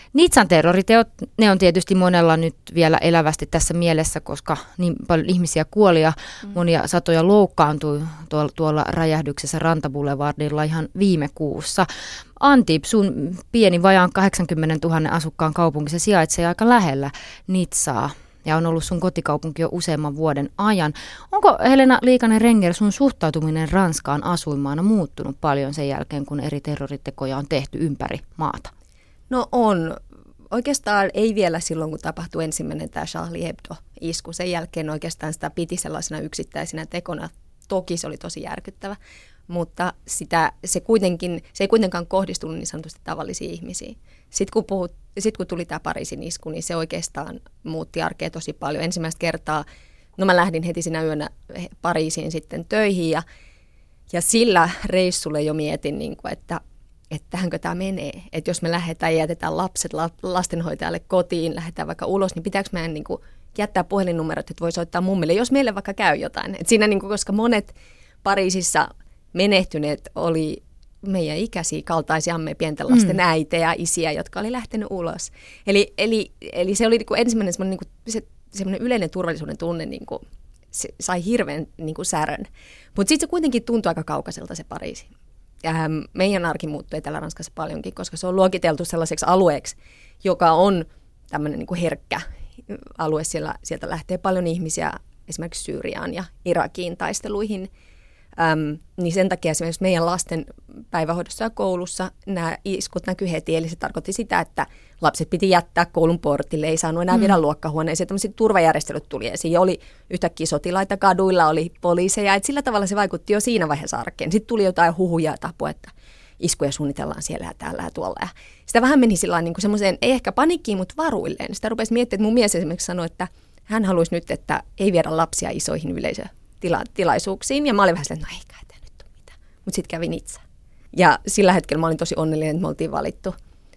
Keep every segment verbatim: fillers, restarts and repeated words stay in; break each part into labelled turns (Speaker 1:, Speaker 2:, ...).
Speaker 1: Nitsan terroriteot, ne on tietysti monella nyt vielä elävästi tässä mielessä, koska niin paljon ihmisiä kuoli ja mm. monia satoja loukkaantui tuolla, tuolla räjähdyksessä Rantaboulevardilla ihan viime kuussa. Antip, sun pieni vajaan kahdeksankymmentätuhatta asukkaan kaupunki, se sijaitsee aika lähellä Nitsaa ja on ollut sun kotikaupunki jo useamman vuoden ajan. Onko Helena Liikanen-Renger sun suhtautuminen Ranskaan asuinmaana muuttunut paljon sen jälkeen, kun eri terroritekoja on tehty ympäri maata?
Speaker 2: No on. Oikeastaan ei vielä silloin, kun tapahtui ensimmäinen tämä Charlie Hebdo-isku. Sen jälkeen oikeastaan sitä piti sellaisena yksittäisenä tekona. Toki se oli tosi järkyttävä, mutta sitä, se, kuitenkin, se ei kuitenkaan kohdistunut niin sanotusti tavallisiin ihmisiin. Sitten kun, puhut, sit kun tuli tämä Pariisin isku, niin se oikeastaan muutti arkea tosi paljon. Ensimmäistä kertaa, no mä lähdin heti sinä yönä Pariisiin sitten töihin ja, ja sillä reissulle jo mietin, niin kuin, että että tähänkö tämä menee. Että jos me lähdetään ja jätetään lapset lastenhoitajalle kotiin, lähdetään vaikka ulos, niin pitääkö meidän niin kuin jättää puhelinnumerot, että voi soittaa mummille, jos meille vaikka käy jotain. Et siinä, niin kuin, koska monet Pariisissa menehtyneet oli meidän ikäisiä kaltaisiamme pienten lasten mm. äitejä, isiä, jotka oli lähtenyt ulos. Eli, eli, eli se oli niin kuin ensimmäinen semmoinen, niin kuin, se, semmoinen yleinen turvallisuuden tunne, niin kuin, se sai hirveän niin kuin särön. Mutta sitten se kuitenkin tuntui aika kaukaiselta se Pariisi. Ähm, meidän arki muuttui Etelä-Ranskassa paljonkin, koska se on luokiteltu sellaiseksi alueeksi, joka on tämmöinen niin kuin herkkä alue. Siellä, sieltä lähtee paljon ihmisiä esimerkiksi Syyriaan ja Irakiin taisteluihin. Ähm, niin sen takia esimerkiksi meidän lasten päivähoidossa ja koulussa nämä iskut näkyi heti. Eli se tarkoitti sitä, että lapset piti jättää koulun portille, ei saanut enää mm. viedä luokkahuoneeseen. Tämmöiset turvajärjestelyt tuli esiin ja oli yhtäkkiä sotilaita kaduilla, oli poliiseja. Et sillä tavalla se vaikutti jo siinä vaiheessa arkeen. Sitten tuli jotain huhuja ja tapua, että iskuja suunnitellaan siellä ja täällä ja tuolla. Ja sitä vähän meni sillä niin kuin semmoiseen, ei ehkä panikkiin, mutta varuilleen. Sitä rupesi miettimään, että mun mies esimerkiksi sanoi, että hän haluaisi nyt, että ei viedä lapsia isoihin yleisötilaisuuksiin. Ja mä olin vähän silleen, että no eikä, että nyt ole mitään. Mutta sitten kävin itse. Ja sillä hetkellä mä olin tosi onnellinen, että me oltiin valittu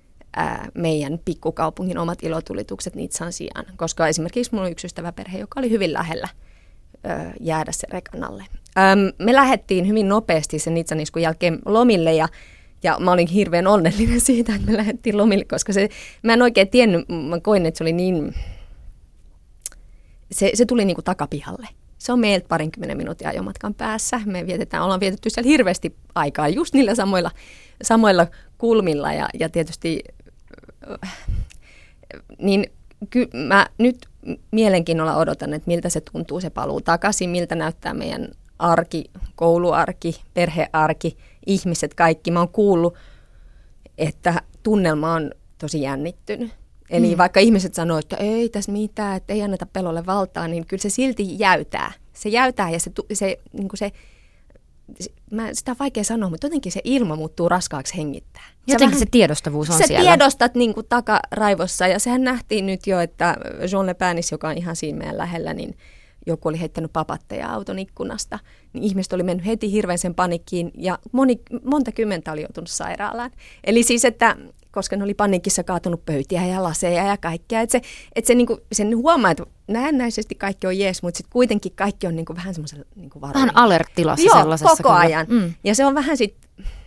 Speaker 2: ää, meidän pikkukaupungin omat ilotulitukset Nitsan sijaan. Koska esimerkiksi mulla oli yksi ystäväperhe, joka oli hyvin lähellä ää, jäädä sen rekan alle. Äm, me lähdettiin hyvin nopeasti sen Nitsan iskun jälkeen lomille ja, ja mä olin hirveän onnellinen siitä, että me lähdettiin lomille, koska se, mä en oikein tiennyt, mä koin, että se oli niin, se, se tuli niin kuin takapihalle. Se on meiltä parinkymmenen minuutin ajomatkan päässä. Me vietetään, ollaan vietetty siellä hirveästi aikaa just niillä samoilla, samoilla kulmilla ja, ja tietysti niin ky, mä nyt mielenkiinnolla odotan, että miltä se tuntuu se paluu takaisin, miltä näyttää meidän arki, kouluarki, perhearki, ihmiset kaikki. Mä oon kuullut, että tunnelma on tosi jännittynyt. Eli mm. vaikka ihmiset sanoo, että ei tässä mitään, että ei anneta pelolle valtaa, niin kyllä se silti jäytää. Se jäytää ja se, se, niin kuin se, se mä, sitä on vaikea sanoa, mutta jotenkin se ilma muuttuu raskaaksi hengittää.
Speaker 1: Jotenkin vähän, se tiedostavuus on
Speaker 2: sä
Speaker 1: siellä.
Speaker 2: Sä tiedostat niin kuin takaraivossa ja sehän nähtiin nyt jo, että Jean Le Panis, joka on ihan siinä meidän lähellä, niin joku oli heittänyt papatteja auton ikkunasta, niin ihmiset oli mennyt heti hirveän sen panikkiin ja moni, monta kymmentä oli joutunut sairaalaan. Eli siis, että koska ne oli paniikissa kaatunut pöytiä ja laseja ja kaikkea, että se, että se niinku, sen huomaa, että näennäisesti kaikki on jees, mutta sitten kuitenkin kaikki on niinku vähän semmoisella niinku varoilla.
Speaker 1: Vähän alert-tilassa
Speaker 2: Joo,
Speaker 1: sellaisessa.
Speaker 2: koko ajan. Mm. Ja se on vähän sitten,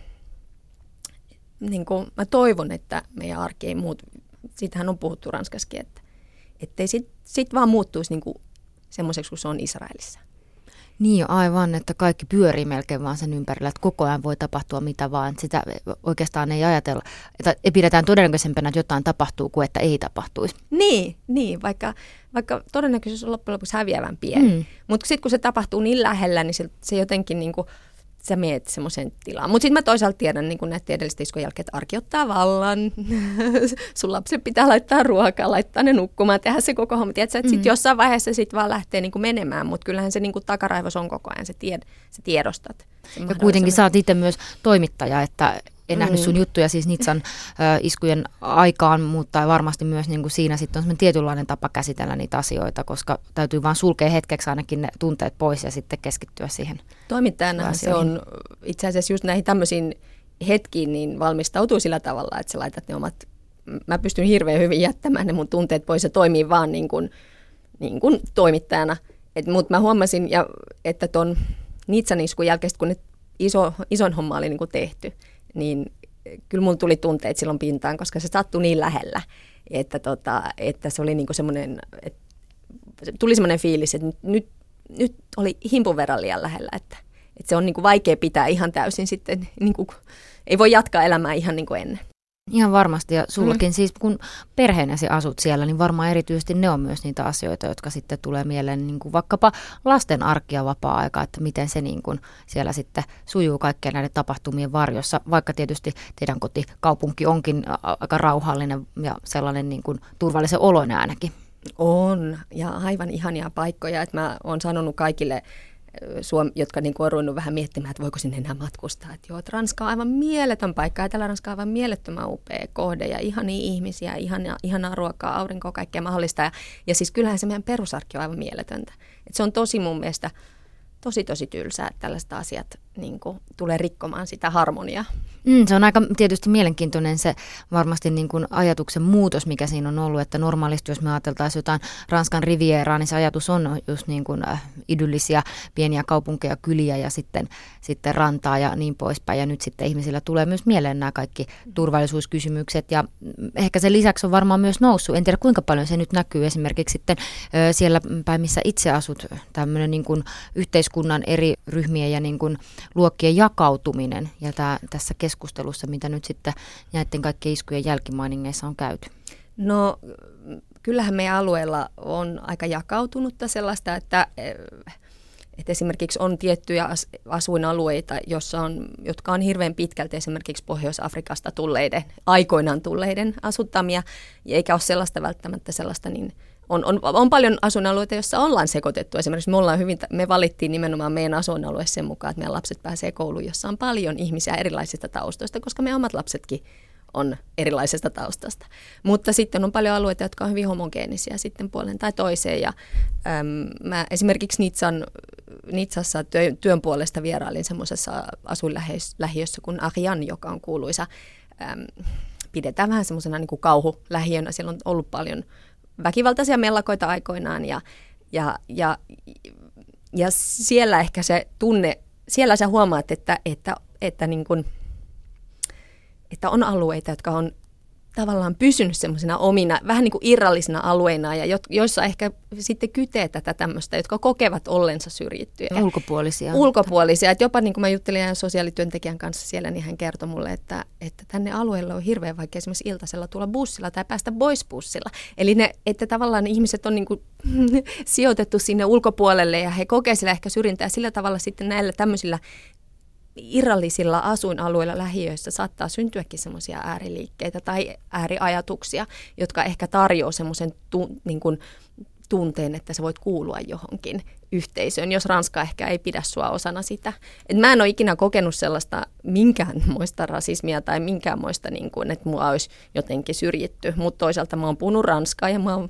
Speaker 2: niinku, mä toivon, että meidän arki ei muutu, siitähän on puhuttu Ranskassakin, että ettei sitten sit vaan muuttuisi niinku semmoiseksi kuin se on Israelissa.
Speaker 1: Niin aivan, että kaikki pyörii melkein vaan sen ympärillä, että koko ajan voi tapahtua mitä vaan. Sitä oikeastaan ei ajatella, että pidetään todennäköisempänä, että jotain tapahtuu kuin että ei tapahtuisi.
Speaker 2: Niin, niin vaikka, vaikka todennäköisyys on loppujen lopuksi häviävän pieni. Mm. Mutta sitten kun se tapahtuu niin lähellä, niin se, se jotenkin niin kuin, sä mietit semmoisen tilaan. Mutta sitten mä toisaalta tiedän niin näiden edellisten iskon jälkeen, että arki ottaa vallan. Sun lapsen pitää laittaa ruokaa, laittaa ne nukkumaan, tehdä se koko homma. Tiedätkö, että mm. sitten jossain vaiheessa sit vaan lähtee niin kuin menemään, mutta kyllähän se niin kuin takaraivos on koko ajan, se, tied, se tiedostat.
Speaker 1: Ja kuitenkin sä oot itse myös toimittaja, että en nähnyt sun juttuja siis Nitsan äh, iskujen aikaan, mutta varmasti myös niin kuin siinä sitten on semmoinen tietynlainen tapa käsitellä niitä asioita, koska täytyy vaan sulkea hetkeksi ainakin ne tunteet pois ja sitten keskittyä siihen.
Speaker 2: Toimittajana se on itse asiassa just näihin tämmöisiin hetkiin niin valmistautuu sillä tavalla, että sä laitat ne omat, mä pystyn hirveän hyvin jättämään ne mun tunteet pois ja toimii vaan niin kuin, niin kuin toimittajana. Mutta mä huomasin, ja, että ton Nitsan iskun jälkeen, kun ne iso, ison homma oli niin kuin tehty, niin kyllä mun tuli tunteet silloin pintaan, koska se sattui niin lähellä, että, tota, että se oli niinku semmoinen, että tuli semmoinen fiilis, että nyt, nyt oli himpun verran liian lähellä, että, että se on niinku vaikea pitää ihan täysin sitten, niinku, ei voi jatkaa elämää ihan niin kuin ennen.
Speaker 1: Ihan varmasti, ja sullakin mm. siis kun perheenäsi asut siellä, niin varmaan erityisesti ne on myös niitä asioita, jotka sitten tulee mieleen, niin kuin vaikkapa lasten arki ja vapaa-aika, että miten se niin kuin siellä sitten sujuu kaikkien näiden tapahtumien varjossa, vaikka tietysti teidän kotikaupunki onkin aika rauhallinen ja sellainen niin kuin turvallisen oloinen ainakin.
Speaker 2: On, ja aivan ihania paikkoja, että mä oon sanonut kaikille, Suom, jotka niin on ruvennut vähän miettimään, että voiko sinne enää matkustaa. Että joo, että Ranska on aivan mieletön paikka, Etelä-Ranska on aivan mielettömän upea kohde ja ihania ihmisiä, ihania, ihanaa ruokaa, aurinkoa, kaikkea mahdollista. Ja, ja siis kyllähän se meidän perusarkki on aivan mieletöntä. Että se on tosi mun mielestä tosi tosi tylsää, että tällaiset asiat niin kuin, tulee rikkomaan sitä harmoniaa.
Speaker 1: Mm, se on aika tietysti mielenkiintoinen se varmasti niin kuin ajatuksen muutos, mikä siinä on ollut, että normaalisti jos me ajateltaisiin jotain Ranskan rivieraa, niin se ajatus on just niin kuin äh, idyllisiä pieniä kaupunkeja, kyliä ja sitten, sitten rantaa ja niin poispäin. Ja nyt sitten ihmisillä tulee myös mieleen nämä kaikki turvallisuuskysymykset ja ehkä sen lisäksi on varmaan myös noussut. En tiedä kuinka paljon se nyt näkyy esimerkiksi sitten ö, siellä päin, missä itse asut, tämmöinen niin kuin yhteiskunnan eri ryhmien ja niin kuin luokkien jakautuminen ja tämä, tässä keskustelussa, mitä nyt sitten näiden kaikkien iskujen jälkimainingeissa on käyty?
Speaker 2: No kyllähän meidän alueella on aika jakautunutta sellaista, että, että esimerkiksi on tiettyjä asuinalueita, jossa on, jotka on hirveän pitkälti esimerkiksi Pohjois-Afrikasta tulleiden, aikoinaan tulleiden asuttamia, eikä ole sellaista välttämättä sellaista niin. On, on, on paljon asuinalueita, joissa ollaan sekoitettu. Esimerkiksi me, ollaan hyvin, me valittiin nimenomaan meidän asuinalue sen mukaan, että meidän lapset pääsee kouluun, jossa on paljon ihmisiä erilaisista taustoista, koska meidän omat lapsetkin on erilaisesta taustasta. Mutta sitten on paljon alueita, jotka on hyvin homogeenisia sitten puolen tai toiseen. Ja, äm, mä esimerkiksi Nitsan, Nitsassa työn, työn puolesta vierailin semmoisessa asuinlähiössä kuin Ariane, joka on kuuluisa. Äm, pidetään vähän semmoisena niin kuin kauhulähiönä. Siellä on ollut paljon väkivaltaisia mellakoita aikoinaan ja, ja, ja, ja siellä ehkä se tunne, siellä sä huomaat, että, että, että, niin kuin, että on alueita, jotka on tavallaan pysynyt semmoisena omina, vähän niin kuin irrallisina alueina ja joissa ehkä sitten kytee tätä tämmöistä, jotka kokevat ollensa syrjittyjä.
Speaker 1: Ulkopuolisia.
Speaker 2: Ulkopuolisia. Että jopa niin kuin mä juttelin sosiaalityöntekijän kanssa siellä, niin hän kertoi mulle, että, että tänne alueelle on hirveän vaikea esimerkiksi iltasella tulla bussilla tai päästä boys-bussilla. Eli ne, että tavallaan ne ihmiset on niin kuin sijoitettu sinne ulkopuolelle ja he kokee sillä ehkä syrjintää sillä tavalla sitten näillä tämmöisillä irrallisilla asuinalueilla lähiöissä saattaa syntyäkin semmoisia ääriliikkeitä tai ääriajatuksia, jotka ehkä tarjoaa semmoisen tu, niin kuin tunteen, että sä voit kuulua johonkin yhteisöön, jos Ranska ehkä ei pidä sua osana sitä. Et mä en ole ikinä kokenut sellaista minkäänmoista rasismia tai minkäänmoista, niin kuin, että mua olisi jotenkin syrjitty, mutta toisaalta mä oon puhunut ranskaa ja mä oon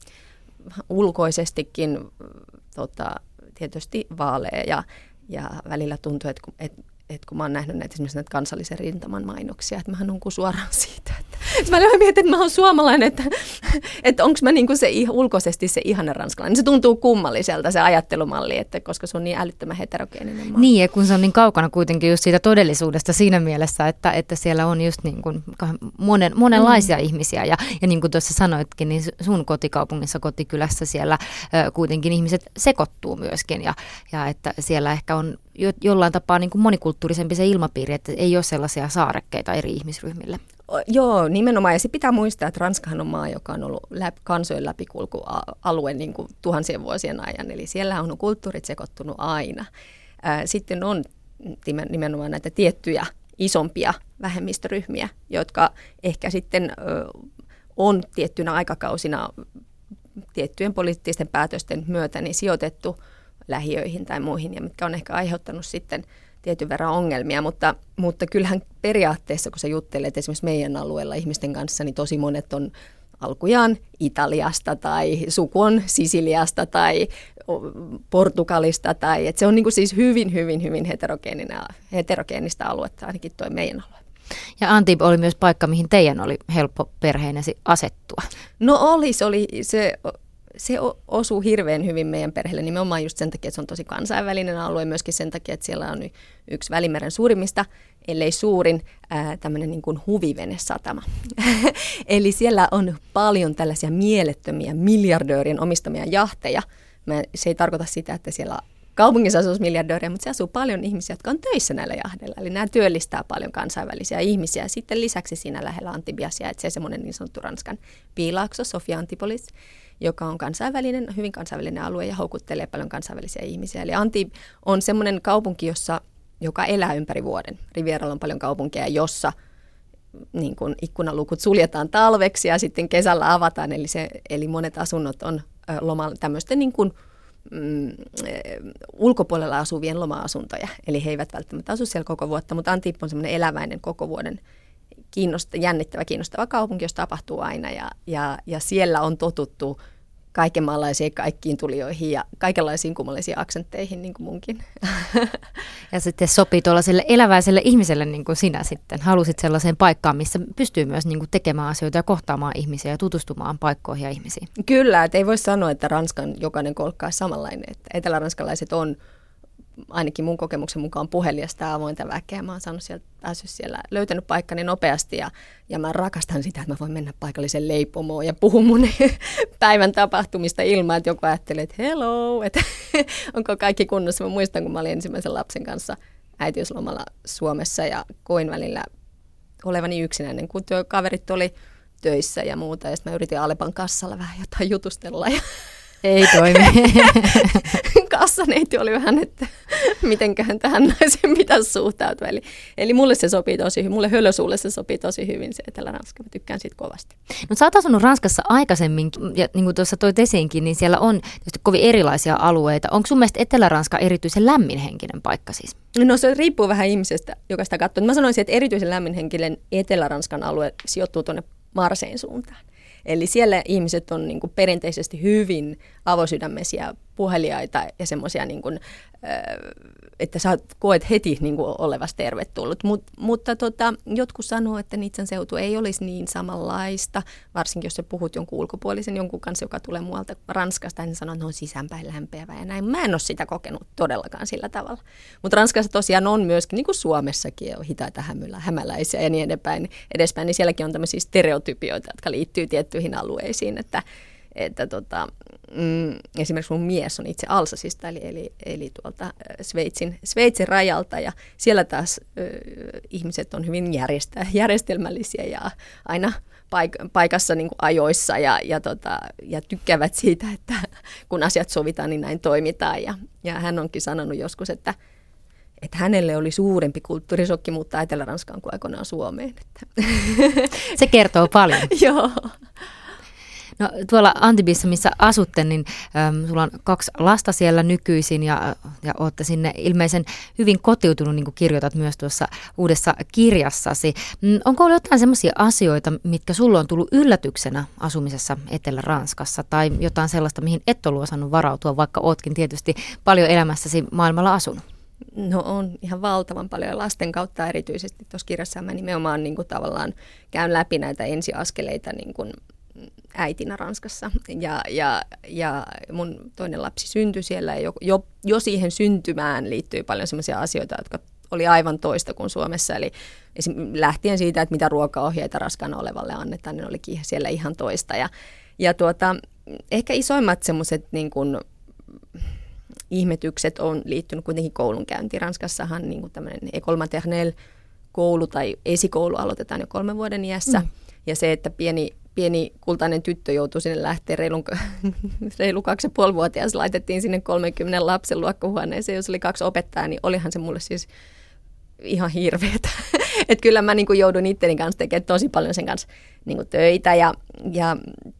Speaker 2: ulkoisestikin tota, tietysti vaalea ja, ja välillä tuntuu, että, että että kun mä oon nähnyt näitä, esimerkiksi näitä kansallisen rintaman mainoksia, että mähän nunkun suoraan siitä. Että, että mä olen mietin, että mä oon suomalainen, että, että onko mä niinku se ulkoisesti se ihana ranskalainen. Se tuntuu kummalliselta se ajattelumalli, että koska se on niin älyttömän heterogeeninen maa.
Speaker 1: Niin, ja kun se on niin kaukana kuitenkin just siitä todellisuudesta siinä mielessä, että, että siellä on just niin kuin monen, monenlaisia mm. ihmisiä. Ja, ja niin kuin tuossa sanoitkin, niin sun kotikaupungissa, kotikylässä siellä ö, kuitenkin ihmiset sekoittuu myöskin. Ja, ja että siellä ehkä on jo, jollain tapaa niin kuin monikulttuurisempi se ilmapiiri, että ei ole sellaisia saarekkeita eri ihmisryhmille.
Speaker 2: Joo, nimenomaan. Ja se pitää muistaa, että Ranskahan on maa, joka on ollut läpi, kansojen läpikulkualue niin kuin tuhansien vuosien ajan. Eli siellä on kulttuurit sekoittunut aina. Sitten on nimenomaan näitä tiettyjä isompia vähemmistöryhmiä, jotka ehkä sitten on tiettynä aikakausina tiettyjen poliittisten päätösten myötä niin sijoitettu lähiöihin tai muihin, ja mitkä on ehkä aiheuttanut sitten tietyn verran ongelmia, mutta, mutta kyllähän periaatteessa, kun sä juttelet esimerkiksi meidän alueella ihmisten kanssa, niin tosi monet on alkujaan Italiasta tai suku on Sisiliasta tai Portugalista, tai että se on niin kuin siis hyvin, hyvin, hyvin heterogeenistä aluetta, ainakin toi meidän alue.
Speaker 1: Ja Antibes oli myös paikka, mihin teidän oli helppo perheenäsi asettua.
Speaker 2: No oli, se oli se... se osuu hirveän hyvin meidän perheelle nimenomaan just sen takia, että se on tosi kansainvälinen alue, myöskin sen takia, että siellä on yksi Välimeren suurimmista, ellei suurin, tämmöinen niin kuin huvivenesatama. Eli siellä on paljon tällaisia mielettömiä miljardöörien omistamia jahteja. Mä, se ei tarkoita sitä, että siellä kaupungissa asuisi miljardöörejä, mutta se asuu paljon ihmisiä, jotka on töissä näillä jahdeilla. Eli nämä työllistää paljon kansainvälisiä ihmisiä. Sitten lisäksi siinä lähellä Antibiasia, että se semmoinen niin sanottu Ranskan piilaakso, Sofia Antipolis, joka on kansainvälinen, hyvin kansainvälinen alue ja houkuttelee paljon kansainvälisiä ihmisiä. Eli Antibes on semmoinen kaupunki, jossa, joka elää ympäri vuoden. Rivieralla on paljon kaupunkeja, jossa niin kuin ikkunalukut suljetaan talveksi ja sitten kesällä avataan. Eli, se, eli monet asunnot on lomalla tämmöisten niin kuin Mm, ulkopuolella asuvien loma-asuntoja, eli he eivät välttämättä asu siellä koko vuotta, mutta Antibes on semmoinen eläväinen koko vuoden kiinnostava, jännittävä, kiinnostava kaupunki, jossa tapahtuu aina, ja, ja, ja siellä on totuttu kaikenmaalaisiin kaikkiin tulijoihin ja kaikenlaisiin kummallisiin aksentteihin, niin kuin munkin.
Speaker 1: Ja sitten sopii tuollaiselle eläväiselle ihmiselle, niin kuin sinä sitten. Halusit sellaiseen paikkaan, missä pystyy myös niin kuin tekemään asioita ja kohtaamaan ihmisiä ja tutustumaan paikkoihin ja ihmisiin.
Speaker 2: Kyllä, että ei voi sanoa, että Ranskan jokainen kolkka on samanlainen. Että eteläranskalaiset on ainakin mun kokemuksen mukaan puhelijasta ja avointa väkeä. Mä oon saanut sieltä, päässyt siellä, löytänyt paikkani nopeasti ja, ja mä rakastan sitä, että mä voin mennä paikalliseen leipomoon ja puhua mun päivän tapahtumista ilman, että joku ajattelee, että hello, että onko kaikki kunnossa. Mä muistan, kun mä olin ensimmäisen lapsen kanssa äitiyslomalla Suomessa ja koin välillä olevani yksinäinen, kun työkaverit oli töissä ja muuta. Ja sitten mä yritin Alepan kassalla vähän jotain jutustella ja
Speaker 1: ei toimi.
Speaker 2: Kassaneiti oli vähän, että mitenköhän tähän naisen pitäisi suhtautua. Eli, eli mulle se sopii tosi hyvin. Mulle hölösuulle se sopii tosi hyvin se Etelä-Ranska. Mä tykkään siitä kovasti.
Speaker 1: No sä oot asunut Ranskassa aikaisemmin, ja niin kuin tuossa toit esiinkin, niin siellä on tietysti kovin erilaisia alueita. Onko sun mielestä Etelä-Ranska erityisen lämminhenkinen paikka siis?
Speaker 2: No se riippuu vähän ihmisestä, joka sitä katsoo. Mä sanoisin, että erityisen lämminhenkinen Etelä-Ranskan alue sijoittuu tuonne Marseille suuntaan. Eli siellä ihmiset on niin kuin perinteisesti hyvin avosydämisiä, puheliaita ja semmoisia, niin kuin, että sä koet heti niin kuin olevasi tervetullut. Mut, mutta tota, jotkut sanoo, että Nitsan seutu ei olisi niin samanlaista, varsinkin jos sä puhut jonkun ulkopuolisen, jonkun kanssa, joka tulee muualta Ranskasta, niin sanoo, että ne on sisäänpäin lämpeävä ja näin. Mä en ole sitä kokenut todellakaan sillä tavalla. Mutta Ranskassa tosiaan on myöskin, niin kuin Suomessakin, on hitaita hämylä, hämäläisiä ja niin edespäin, edespäin, niin sielläkin on tämmöisiä stereotypioita, jotka liittyy tiettyihin alueisiin, että Että tota, mm, esimerkiksi mun mies on itse Alsasista, eli, eli, eli tuolta Sveitsin, Sveitsin rajalta, ja siellä taas ö, ihmiset on hyvin järjestä, järjestelmällisiä ja aina paik- paikassa niin kuin ajoissa ja, ja, tota, ja tykkäävät siitä, että kun asiat sovitaan, niin näin toimitaan. Ja, ja hän onkin sanonut joskus, että että hänelle oli suurempi kulttuurisokki muuttaa Etelä-Ranskaan kuin aikoinaan Suomeen. Että.
Speaker 1: Se kertoo paljon.
Speaker 2: Joo.
Speaker 1: No tuolla Antibesissa, missä asutte, niin äm, sulla on kaksi lasta siellä nykyisin ja, ja olette sinne ilmeisen hyvin kotiutunut, niin kuin kirjoitat myös tuossa uudessa kirjassasi. Mm, onko ollut jotain sellaisia asioita, mitkä sulla on tullut yllätyksenä asumisessa Etelä-Ranskassa tai jotain sellaista, mihin et ollut osannut varautua, vaikka ootkin tietysti paljon elämässäsi maailmalla asunut?
Speaker 2: No on ihan valtavan paljon lasten kautta erityisesti. Tuossa kirjassa mä nimenomaan niin kuin tavallaan käyn läpi näitä ensiaskeleita niin kuin äitinä Ranskassa ja, ja, ja mun toinen lapsi syntyi siellä ja jo, jo, jo siihen syntymään liittyy paljon sellaisia asioita, jotka oli aivan toista kuin Suomessa. Eli lähtien siitä, että mitä ruokaohjeita raskaana olevalle annetaan, niin olikin siellä ihan toista. Ja, ja tuota, ehkä isoimmat semmoiset niin kuin ihmetykset on liittynyt kuitenkin koulunkäyntiin. Ranskassahan niin kuin tämmöinen école maternelle koulu tai esikoulu aloitetaan jo kolmen vuoden iässä. Mm. Ja se, että pieni, pieni kultainen tyttö joutui sinne lähteä reilun, reilu kaksi ja puoli vuotias, laitettiin sinne kolmenkymmenen lapsen luokkahuoneeseen, jos oli kaksi opettajaa, niin olihan se mulle siis ihan hirveetä. Että kyllä mä niin kuin joudun itteni kanssa tekemään tosi paljon sen kanssa niin kuin töitä ja... ja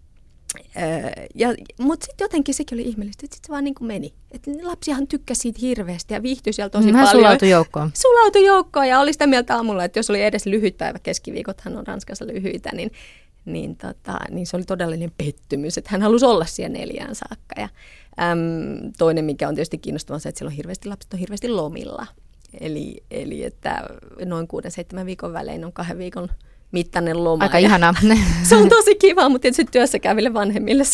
Speaker 2: Ja, mutta sitten jotenkin sekin oli ihmeellistä, että sitten se vaan niin kuin meni. Että lapsihan tykkäsi siitä hirveästi ja viihtyi siellä tosi
Speaker 1: Hän
Speaker 2: paljon.
Speaker 1: sulautui joukkoon.
Speaker 2: Sulautui joukkoon ja oli sitä mieltä aamulla, että jos oli edes lyhyt päivä, keskiviikothan on Ranskassa lyhyitä, niin, niin, tota, niin se oli todellinen pettymys, että hän halusi olla siellä neljään saakka. Ja, äm, toinen, mikä on tietysti kiinnostavaa, se, että siellä on hirveästi lapset on hirveästi lomilla. Eli, eli että noin kuuden, seitsemän viikon välein on kahden viikon mittainen loma.
Speaker 1: Aika ihanaa.
Speaker 2: Se on tosi kiva, mutta tietysti työssä käyville vanhemmille se on,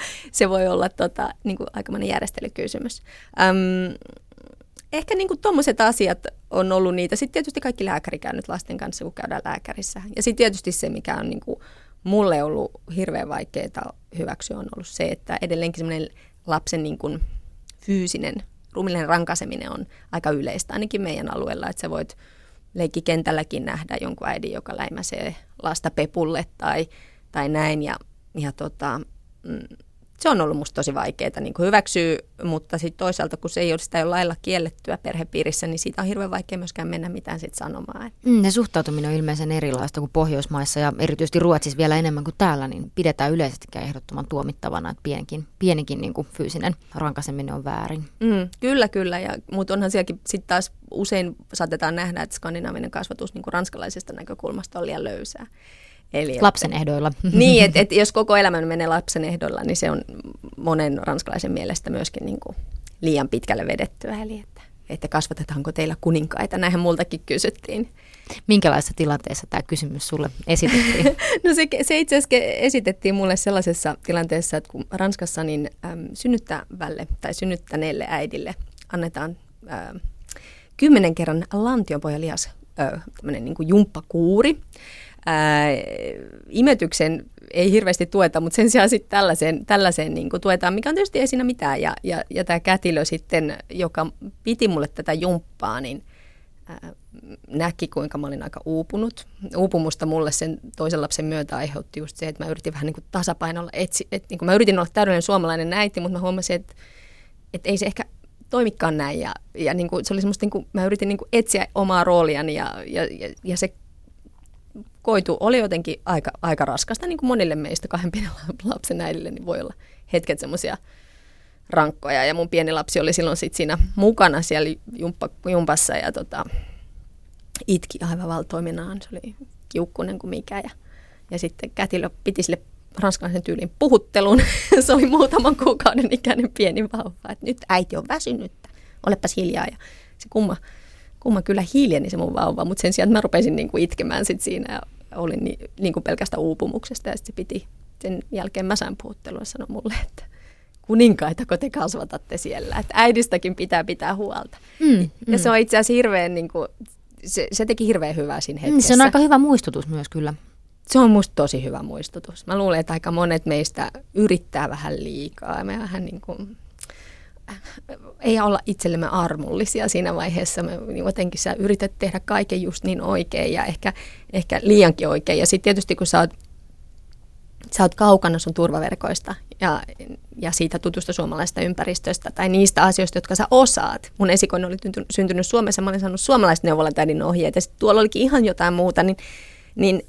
Speaker 2: se voi olla tota, niin kuin aikamoinen järjestelykysymys. Öm, ehkä niin kuin tommoset asiat on ollut niitä. Sitten tietysti kaikki lääkärikäynnit lasten kanssa, kun käydään lääkärissä. Ja sitten tietysti se, mikä on niin kuin mulle ollut hirveän vaikeaa hyväksyä, on ollut se, että edelleenkin semmoinen lapsen niin kuin fyysinen, ruumiillinen rankaiseminen on aika yleistä, ainakin meidän alueella, että sä voit leikkikentälläkin nähdä jonkun äidin, joka läimäsee lasta pepulle tai, tai näin. Ja, ja tota, mm, se on ollut musta tosi vaikeaa niin kuin hyväksyä, mutta sitten toisaalta, kun se ei ole sitä jo lailla kiellettyä perhepiirissä, niin siitä on hirveän vaikea myöskään mennä mitään sit sanomaan.
Speaker 1: Mm, ja suhtautuminen on ilmeisen erilaista kuin Pohjoismaissa ja erityisesti Ruotsissa vielä enemmän kuin täällä, niin pidetään yleisestikään ehdottoman tuomittavana, että pienikin, pienikin niin kuin fyysinen rankaiseminen on väärin.
Speaker 2: Mm, kyllä, kyllä, ja, mutta onhan sielläkin sitten taas usein saatetaan nähdä, että skandinaavinen kasvatus niin kuin ranskalaisesta näkökulmasta on liian löysää. Eli,
Speaker 1: lapsen ehdoilla.
Speaker 2: Niin, että et jos koko elämä menee lapsen ehdoilla, niin se on monen ranskalaisen mielestä myöskin niin kuin liian pitkälle vedettyä. Eli että, että kasvatetaanko teillä kuninkaita? Näinhän multakin kysyttiin.
Speaker 1: Minkälaisessa tilanteessa tämä kysymys sulle esitettiin?
Speaker 2: No se, se itse asiassa esitettiin mulle sellaisessa tilanteessa, että kun Ranskassa niin äm, synnyttävälle tai synnyttäneelle äidille annetaan äm, kymmenen kerran lantionpohjalihas äh, tämmöinen niin kuin jumppakuuri. Ää, imetyksen ei hirveästi tueta, mutta sen sijaan sitten tällaiseen, tällaiseen niin kuin tuetaan, mikä on tietysti ei siinä mitään. Ja, ja, ja tämä kätilö sitten, joka piti mulle tätä jumppaa, niin ää, näki, kuinka mä olin aika uupunut. Uupumusta mulle sen toisen lapsen myötä aiheutti just se, että mä yritin vähän niin kuin tasapainolla etsi, että niin kuin mä yritin olla täydellinen suomalainen äiti, mutta mä huomasin, että, että ei se ehkä toimikaan näin. Ja, ja niin kuin, se oli semmoista, niin kuin, mä yritin niin kuin etsiä omaa rooliani ja, ja, ja, ja se koitu oli jotenkin aika, aika raskasta, niin kuin monille meistä kahden pienen lapsen äidille, niin voi olla hetket semmoisia rankkoja. Ja mun pieni lapsi oli silloin sit siinä mukana siellä jumppa, jumpassa ja tota, itki aivan valtoiminaan. Se oli kiukkunen kuin mikä. Ja, ja sitten kätilö piti sille ranskalaisen tyylin puhuttelun. Se oli muutaman kuukauden ikäinen pieni vauva. Että nyt äiti on väsynyttä, olepas hiljaa. Ja se kumma. Kumma kyllä hiljeni se mun vauva, mutta sen sijaan että mä rupesin niinku itkemään sit siinä ja olin ni, niinku pelkästä uupumuksesta ja sitten se piti sen jälkeen mäsän puhuttelua ja sanoi mulle, että kuninkaitako te kasvatatte siellä, että äidistäkin pitää pitää huolta. Mm, mm. Ja se on itse asiassa hirveän, niinku, se, se teki hirveän hyvää siinä hetkessä.
Speaker 1: Se on aika hyvä muistutus myös kyllä.
Speaker 2: Se on musta tosi hyvä muistutus. Mä luulen, että aika monet meistä yrittää vähän liikaa ja me vähän niin kuin ei olla itsellemme armollisia siinä vaiheessa. Me jotenkin sä yrität tehdä kaiken just niin oikein ja ehkä, ehkä liiankin oikein. Ja sitten tietysti kun sä oot, sä oot kaukana sun turvaverkoista ja, ja siitä tutusta suomalaisesta ympäristöstä tai niistä asioista, jotka sä osaat. Mun esikoinen oli syntynyt Suomessa, mä olin saanut suomalaiset neuvolatäidin ohjeet ja sitten tuolla olikin ihan jotain muuta, niin, niin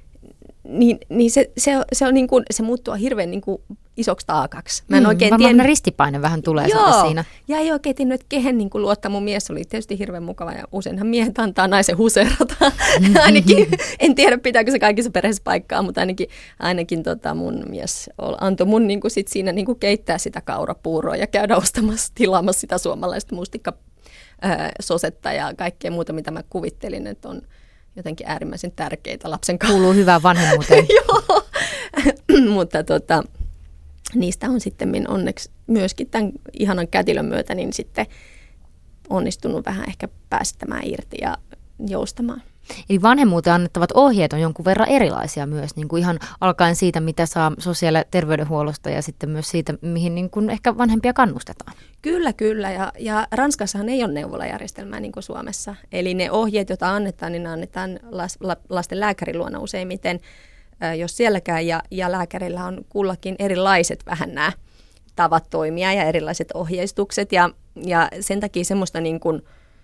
Speaker 2: Niin, niin se, se, se, on niin kuin, se muuttuu hirveän niin kuin isoksi taakaksi. Mä en mm, oikein
Speaker 1: tiennyt. Ristipaine vähän tulee
Speaker 2: Joo,
Speaker 1: siinä.
Speaker 2: Ja ei oikein tiennyt, että kehen niin kuin luottaa. Mun mies oli tietysti hirveän mukava ja useinhan miehet antaa naisen huseerata. Mm-hmm. ainakin, en tiedä pitääkö se kaikissa perheessä paikkaa, mutta ainakin, ainakin tota mun mies antoi mun niin kuin sit siinä niin kuin keittää sitä kaurapuuroa ja käydä ostamassa, tilaamassa sitä suomalaista mustikkasosetta ja kaikkea muuta, mitä mä kuvittelin, että on jotenkin äärimmäisen tärkeitä lapsen kanssa.
Speaker 1: Kuuluu hyvään vanhemmuuteen.
Speaker 2: Joo, mutta tota, niistä on sitten onneksi myöskin tämän ihanan kätilön myötä niin sitten onnistunut vähän ehkä päästämään irti ja joustamaan.
Speaker 1: Eli vanhemmuuteen annettavat ohjeet on jonkun verran erilaisia myös, niin kuin ihan alkaen siitä, mitä saa sosiaali- ja terveydenhuollosta ja sitten myös siitä, mihin niin kuin ehkä vanhempia kannustetaan.
Speaker 2: Kyllä, kyllä. Ja, ja Ranskassahan ei ole neuvolajärjestelmää niin kuin Suomessa. Eli ne ohjeet, joita annetaan, niin ne annetaan las, la, lasten lääkärin luona useimmiten, jos sielläkään. Ja, ja lääkärillä on kullakin erilaiset vähän nämä tavat toimia ja erilaiset ohjeistukset. Ja, ja sen takia semmoista niin kuin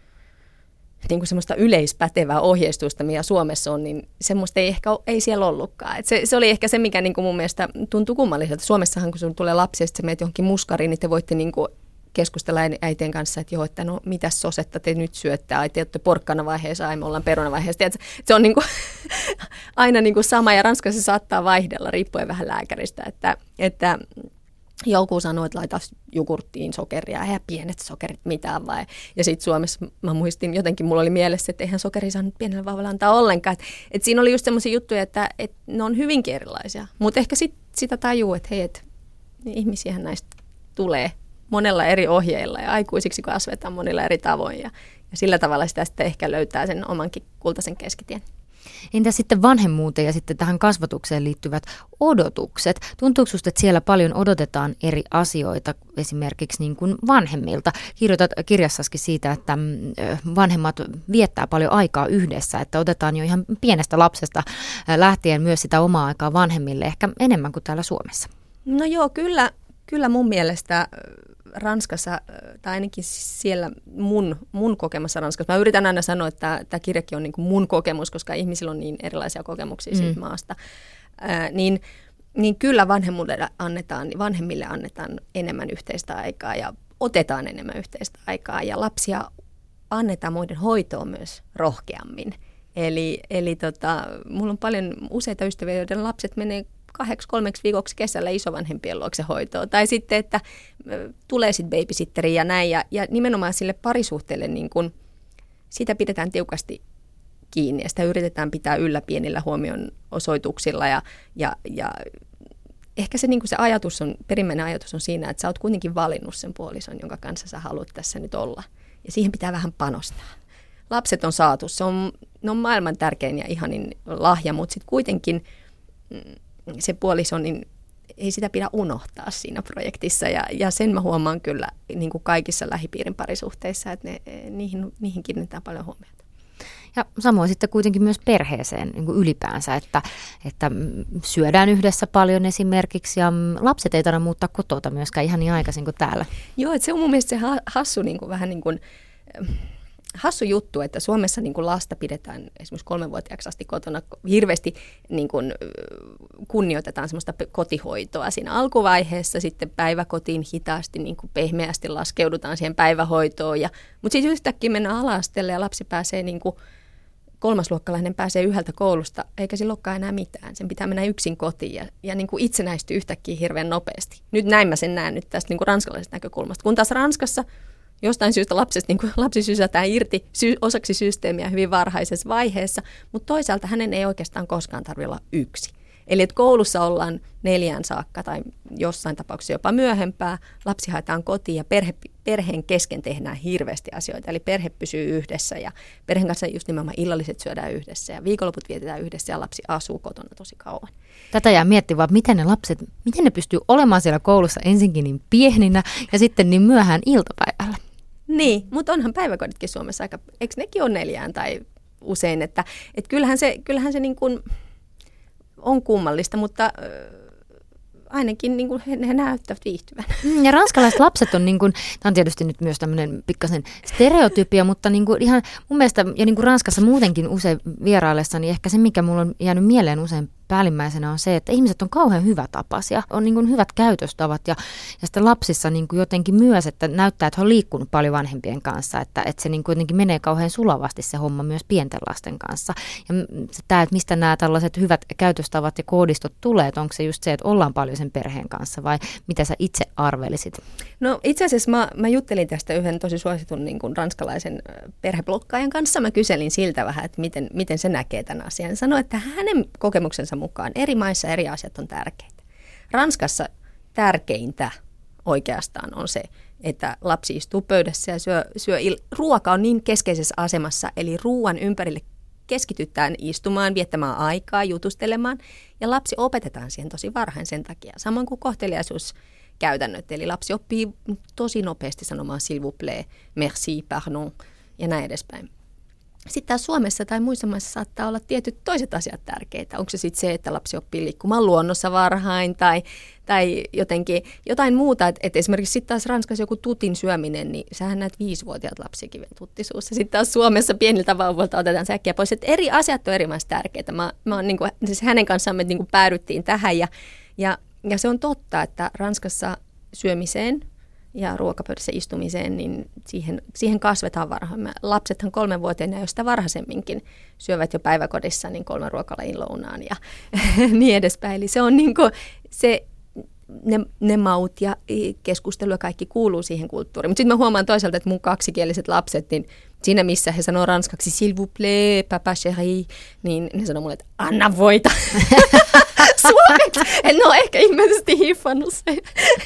Speaker 2: niin kuin semmoista yleispätevää ohjeistusta, mikä Suomessa on, niin semmoista ei ehkä ei siellä ollutkaan. Et se, se oli ehkä se, mikä niin kuin mun mielestä tuntui kummalliselta. Suomessahan, kun sun tulee lapsi ja sitten sä menet johonkin muskariin, niin te voitte niin kuin keskustella äitien kanssa, että joo, että no mitäs sosetta te nyt syötte, ai te olette porkkanavaiheessa, ai me ollaan perunavaiheessa. Se on niin kuin aina niin kuin sama ja Ranskassa se saattaa vaihdella, riippuen vähän lääkäristä, että, että joku sanoi, että laita jogurttiin sokeria ja pienet sokerit mitään vai. Ja sitten Suomessa mä muistin jotenkin, mulla oli mielessä, että eihän sokeri saa nyt pienelle vauvalle antaa ollenkaan. Että et siinä oli just semmoisia juttuja, että et ne on hyvinkin erilaisia. Mutta ehkä sit, sitä tajuu, että hei, että niin ihmisiähän näistä tulee monella eri ohjeilla ja aikuisiksi kasvetaan monilla eri tavoin ja, ja sillä tavalla sitä sitten ehkä löytää sen omankin kultaisen keskitien.
Speaker 1: Entä sitten vanhemmuuteen ja sitten tähän kasvatukseen liittyvät odotukset? Tuntuuko sinusta, että siellä paljon odotetaan eri asioita esimerkiksi niin kuin vanhemmilta? Kirjoitat kirjassasikin siitä, että vanhemmat viettää paljon aikaa yhdessä, että otetaan jo ihan pienestä lapsesta lähtien myös sitä omaa aikaa vanhemmille, ehkä enemmän kuin täällä Suomessa.
Speaker 2: No joo, kyllä, kyllä mun mielestä Ranskassa, tai ainakin siellä mun, mun kokemassa Ranskassa, mä yritän aina sanoa, että tämä kirjakin on niin kuin mun kokemus, koska ihmisillä on niin erilaisia kokemuksia mm. siitä maasta, Ää, niin, niin kyllä vanhemmille annetaan, vanhemmille annetaan enemmän yhteistä aikaa ja otetaan enemmän yhteistä aikaa ja lapsia annetaan muiden hoitoon myös rohkeammin. Eli, eli tota, mulla on paljon useita ystäviä, joiden lapset menee kahdeksi, kolmeksi viikoksi kesällä isovanhempien luokse hoitoon. Tai sitten, että tulee sitten babysitteri ja näin. Ja, ja nimenomaan sille parisuhteelle niin kun, sitä pidetään tiukasti kiinni ja sitä yritetään pitää yllä pienillä huomion osoituksilla. Ja, ja, ja ehkä se, niin kun se ajatus on, perimmäinen ajatus on siinä, että sä oot kuitenkin valinnut sen puolison, jonka kanssa sä haluat tässä nyt olla. Ja siihen pitää vähän panostaa. Lapset on saatu, se on, ne on maailman tärkein ja ihanin lahja, mutta sitten kuitenkin se puoliso, niin ei sitä pidä unohtaa siinä projektissa. Ja, ja sen mä huomaan kyllä niin kuin kaikissa lähipiirin parisuhteissa, että ne, niihin, niihin kiinnitetään paljon huomiota.
Speaker 1: Ja samoin sitten kuitenkin myös perheeseen niin kuin ylipäänsä, että, että syödään yhdessä paljon esimerkiksi ja lapset ei tarvitse muuttaa kotota myöskään ihan niin aikaisin kuin täällä.
Speaker 2: Joo, että se on mun mielestä se hassu niin kuin, vähän niin kuin hassu juttu, että Suomessa niin kuin lasta pidetään esimerkiksi kolmenvuotiaaksi asti kotona. Hirveästi niin kuin kunnioitetaan semmoista kotihoitoa siinä alkuvaiheessa, sitten päiväkotiin hitaasti, niin kuin pehmeästi laskeudutaan siihen päivähoitoon. Ja, mutta sitten yhtäkkiä mennään ala-asteelle ja lapsi pääsee, niin kuin kolmasluokkalainen pääsee yhdeltä koulusta, eikä sillä olekaan enää mitään. Sen pitää mennä yksin kotiin ja, ja niin kuin itsenäistyy yhtäkkiä hirveän nopeasti. Nyt näin mä sen näen nyt tästä niin kuin ranskalaisesta näkökulmasta. Kun taas Ranskassa jostain syystä lapsesta, niin kuin lapsi sysätään irti sy- osaksi systeemiä hyvin varhaisessa vaiheessa, mutta toisaalta hänen ei oikeastaan koskaan tarvitse olla yksi. Eli että koulussa ollaan neljään saakka tai jossain tapauksessa jopa myöhempää, lapsi haetaan kotiin ja perhe, perheen kesken tehdään hirveästi asioita. Eli perhe pysyy yhdessä ja perheen kanssa just nimenomaan illalliset syödään yhdessä ja viikonloput vietetään yhdessä ja lapsi asuu kotona tosi kauan.
Speaker 1: Tätä jää miettimään, miten ne lapset, miten ne pystyy olemaan siellä koulussa ensinkin niin pieninä ja sitten niin myöhään iltapäivällä.
Speaker 2: Niin, mutta onhan päiväkoditkin Suomessa aika, eikö nekin ole neljään tai usein, että et kyllähän se, kyllähän se niin kuin on kummallista, mutta äh, ainakin niin kuin he, he näyttävät viihtyvän.
Speaker 1: Ja ranskalaiset lapset on, niin kuin, tämä on tietysti nyt myös tämmöinen pikkasen stereotypia, mutta niin kuin ihan mun mielestä, ja niin kuin Ranskassa muutenkin usein vieraillessa, niin ehkä se, mikä mulla on jäänyt mieleen usein päällimmäisenä on se, että ihmiset on kauhean hyvätapaisia, on niin kuin hyvät käytöstavat ja, ja sitten lapsissa niin kuin jotenkin myös, että näyttää, että he on liikkunut paljon vanhempien kanssa, että, että se niin kuin jotenkin menee kauhean sulavasti se homma myös pienten lasten kanssa. Ja tämä, että mistä nämä tällaiset hyvät käytöstavat ja koodistot tulee, että onko se just se, että ollaan paljon sen perheen kanssa vai mitä sä itse arvelisit?
Speaker 2: No itse asiassa mä, mä juttelin tästä yhden tosi suositun niin kuin ranskalaisen perheblokkaajan kanssa. Mä kyselin siltä vähän, että miten, miten se näkee tämän asian. Hän sanoi, että hänen kokemuksensa mukaan eri maissa eri asiat on tärkeitä. Ranskassa tärkeintä oikeastaan on se, että lapsi istuu pöydässä ja syö, syö il- ruoka on niin keskeisessä asemassa, eli ruoan ympärille keskitytään istumaan, viettämään aikaa, jutustelemaan, ja lapsi opetetaan siihen tosi varhain sen takia. Samoin kuin kohteliaisuuskäytännöt, eli lapsi oppii tosi nopeasti sanomaan s'il vous plaît, merci, pardon ja näin edespäin. Sitten taas Suomessa tai muissa maissa saattaa olla tietyt toiset asiat tärkeitä. Onko se sitten se, että lapsi oppii liikkumaan luonnossa varhain tai, tai jotenkin jotain muuta. Että et esimerkiksi sitten taas Ranskassa joku tutin syöminen, niin sähän näet viisivuotiaat lapsikin vielä tuttisuussa. Sitten taas Suomessa pieniltä vauvoilta otetaan säkkiä pois. Että eri asiat on eri maissa tärkeitä. Mä, mä oon, niin kuin, siis hänen kanssaan me niin kuin päädyttiin tähän ja, ja, ja se on totta, että Ranskassa syömiseen ja ruokapöydässä istumiseen, niin siihen, siihen kasvetaan varhain. Lapsethan kolmenvuotiaana, jos sitä varhaisemminkin syövät jo päiväkodissa, niin kolmen ruokalajin lounaan ja niin edespäin. Eli se on niin kuin, se, ne, ne maut ja keskustelu ja kaikki kuuluu siihen kulttuuriin. Mutta sitten mä huomaan toisaalta, että mun kaksikieliset lapset, niin siinä missä he sanoo ranskaksi, s'il vous plaît, papa chéri, niin ne sanoo mulle, että anna voita. Suomeksi. No ehkä ihmeellisesti hiffannut se,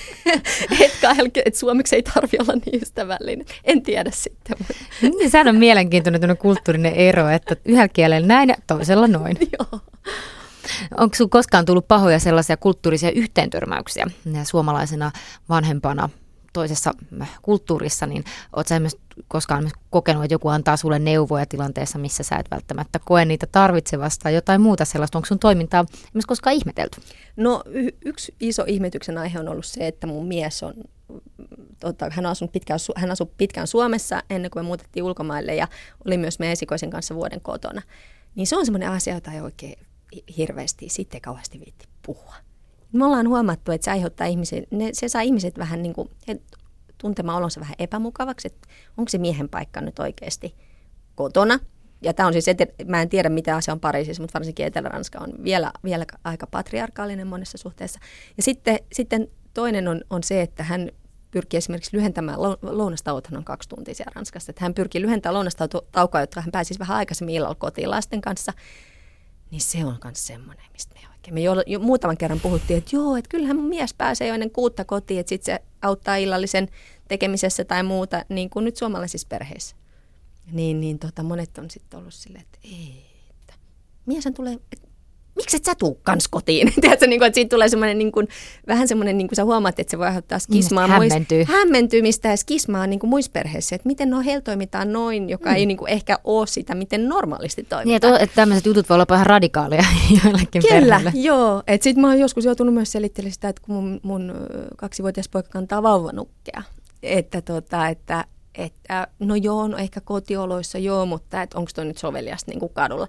Speaker 2: että suomeksi ei tarvitse olla niin ystävällinen. En tiedä sitten.
Speaker 1: Niin, sehän on mielenkiintoinen kulttuurinen ero, että yhdellä kielellä näin ja toisella noin.
Speaker 2: Joo.
Speaker 1: Onko sinulla koskaan tullut pahoja sellaisia kulttuurisia yhteentörmäyksiä suomalaisena vanhempana toisessa kulttuurissa, niin oletko sä myös koskaan kokenut, että joku antaa sulle neuvoja tilanteessa, missä sä et välttämättä koe niitä tarvitsevasta tai jotain muuta sellaista? Onko sun toimintaa myös koskaan ihmetelty?
Speaker 2: No y- yksi iso ihmetyksen aihe on ollut se, että mun mies on, tota, hän, asunut pitkään, hän asui pitkään Suomessa ennen kuin me muutettiin ulkomaille ja oli myös meidän esikoisen kanssa vuoden kotona. Niin se on semmoinen asia, jota ei oikein hirveästi, sitten kauheasti viitti puhua. Me ollaan huomattu, että se aiheuttaa ihmiset, ne, se saa ihmiset vähän niin kuin, tuntemaan olonsa vähän epämukavaksi, että onko se miehen paikka nyt oikeasti kotona. Ja tämä on siis, ete, mä en tiedä mitä asia on Pariisissa, mutta varsinkin Etelä-Ranska on vielä, vielä aika patriarkaalinen monessa suhteessa. Ja sitten, sitten toinen on, on se, että hän pyrkii esimerkiksi lyhentämään, lounastauothan on kaksi tuntia siellä Ranskassa, että hän pyrkii lyhentämään lounastaukoa, jotta hän pääsisi vähän aikaisemmin illalla kotiin lasten kanssa. Niin se on myös semmoinen, mistä me oikein. Me jo, jo muutaman kerran puhuttiin, että joo, että kyllähän mun mies pääsee jo ennen kuutta kotiin, että sitten se auttaa illallisen tekemisessä tai muuta, niin kuin nyt suomalaisissa perheissä. Niin, niin tota, monet on sitten ollut silleen, että ei, että mieshän tulee, että miksi et sä tuu kans kotiin? Tiedätkö, niin kuin, että siitä tulee semmoinen, niin kuin, vähän semmoinen, niin kuin sä huomaat, että se voi aiheuttaa skismaa.
Speaker 1: Hämmentyy.
Speaker 2: Hämmentymistä ja skismaa niin kuin muissa perheissä. Että miten no heillä toimitaan noin, joka mm. ei niin kuin, ehkä ole sitä, miten normaalisti toimitaan.
Speaker 1: Niin, että tämmöiset jutut voi olla ihan radikaaleja joillekin
Speaker 2: Kyllä,
Speaker 1: perheille.
Speaker 2: joo. Että sit mä oon joskus joutunut myös selittelemään sitä, että kun mun, mun kaksivuotias poika kantaa vauvanukkea. Että tota, että että no joo, no ehkä kotioloissa joo, mutta että onko toi nyt soveliasta niin kuin kadulla.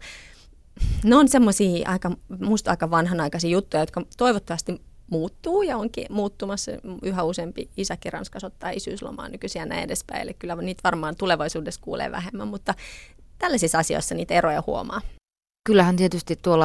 Speaker 2: Ne on semmoisia aika, musta aika vanhanaikaisia juttuja, jotka toivottavasti muuttuu ja onkin muuttumassa. Yhä useampi isäkin Ranskassa ottaa isyyslomaa nykyisin ja näin edespäin. Eli kyllä niitä varmaan tulevaisuudessa kuulee vähemmän, mutta tällaisissa asioissa niitä eroja huomaa.
Speaker 1: Kyllähän tietysti tuolla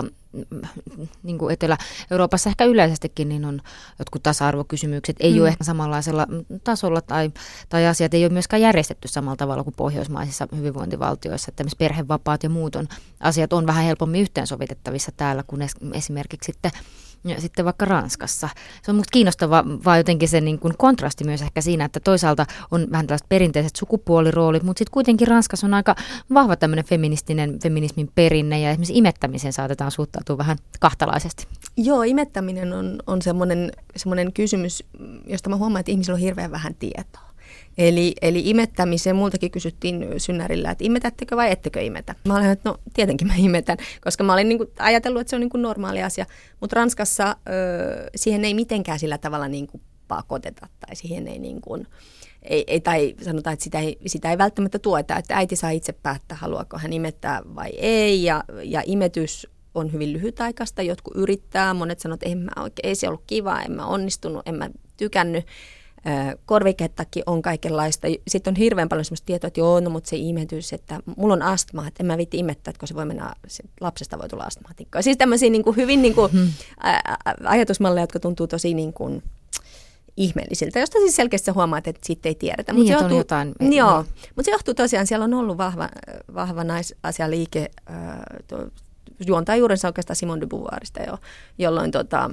Speaker 1: niin kuin Etelä-Euroopassa ehkä yleisestikin niin on jotkut tasa-arvokysymykset. Ei mm. ole ehkä samanlaisella tasolla tai, tai asiat ei ole myöskään järjestetty samalla tavalla kuin pohjoismaisissa hyvinvointivaltioissa. Että perhevapaat ja muut on, asiat on vähän helpommin yhteensovitettavissa täällä kuin esimerkiksi sitten, sitten vaikka Ranskassa. Se on minusta kiinnostavaa vaan jotenkin se niin kuin kontrasti myös ehkä siinä, että toisaalta on vähän tällaiset perinteiset sukupuoliroolit, mutta sitten kuitenkin Ranskassa on aika vahva tämmöinen feministinen, feminismin perinne ja esimerkiksi imettämiseen saatetaan suhtautua vähän kahtalaisesti.
Speaker 2: Joo, imettäminen on, on semmoinen, semmoinen kysymys, josta mä huomaan, että ihmisillä on hirveän vähän tietoa. Eli, eli imettämiseen multakin kysyttiin synnärillä, että imetättekö vai ettekö imetä? Mä olin, että no tietenkin mä imetän, koska mä olin niin kuin ajatellut, että se on niin kuin normaali asia. Mutta Ranskassa ö, siihen ei mitenkään sillä tavalla niin kuin pakoteta tai siihen ei niin kuin, ei, ei, tai sanotaan, että sitä ei, sitä ei välttämättä tueta, että äiti saa itse päättää, haluaako hän imettää vai ei. Ja, ja imetys on hyvin lyhytaikaista, jotkut yrittää, monet sanoo, että en mä oikein, ei se ollut kiva, en mä onnistunut, en mä tykännyt. Korvikettakin on kaikenlaista. Sitten on hirveän paljon sellaista tietoa, että joo, no, mutta se imetys, että mulla on astma, että en mä viitti imettää, että kun se voi mennä, se lapsesta voi tulla astmaatikkoa. Siis tämmöisiä niin kuin hyvin niin kuin, hmm. ä, ajatusmalleja, jotka tuntuu tosi niin kuin ihmeellisiltä, josta siis selkeästi huomaat, että siitä ei tiedetä.
Speaker 1: Niin,
Speaker 2: Mut se
Speaker 1: että
Speaker 2: johtuu,
Speaker 1: on jotain.
Speaker 2: Joo, mutta se johtuu tosiaan, siellä on ollut vahva, vahva naisasialiike, äh, to, juontaa juurensa oikeastaan Simone de Beauvoirista jo, jolloin tota,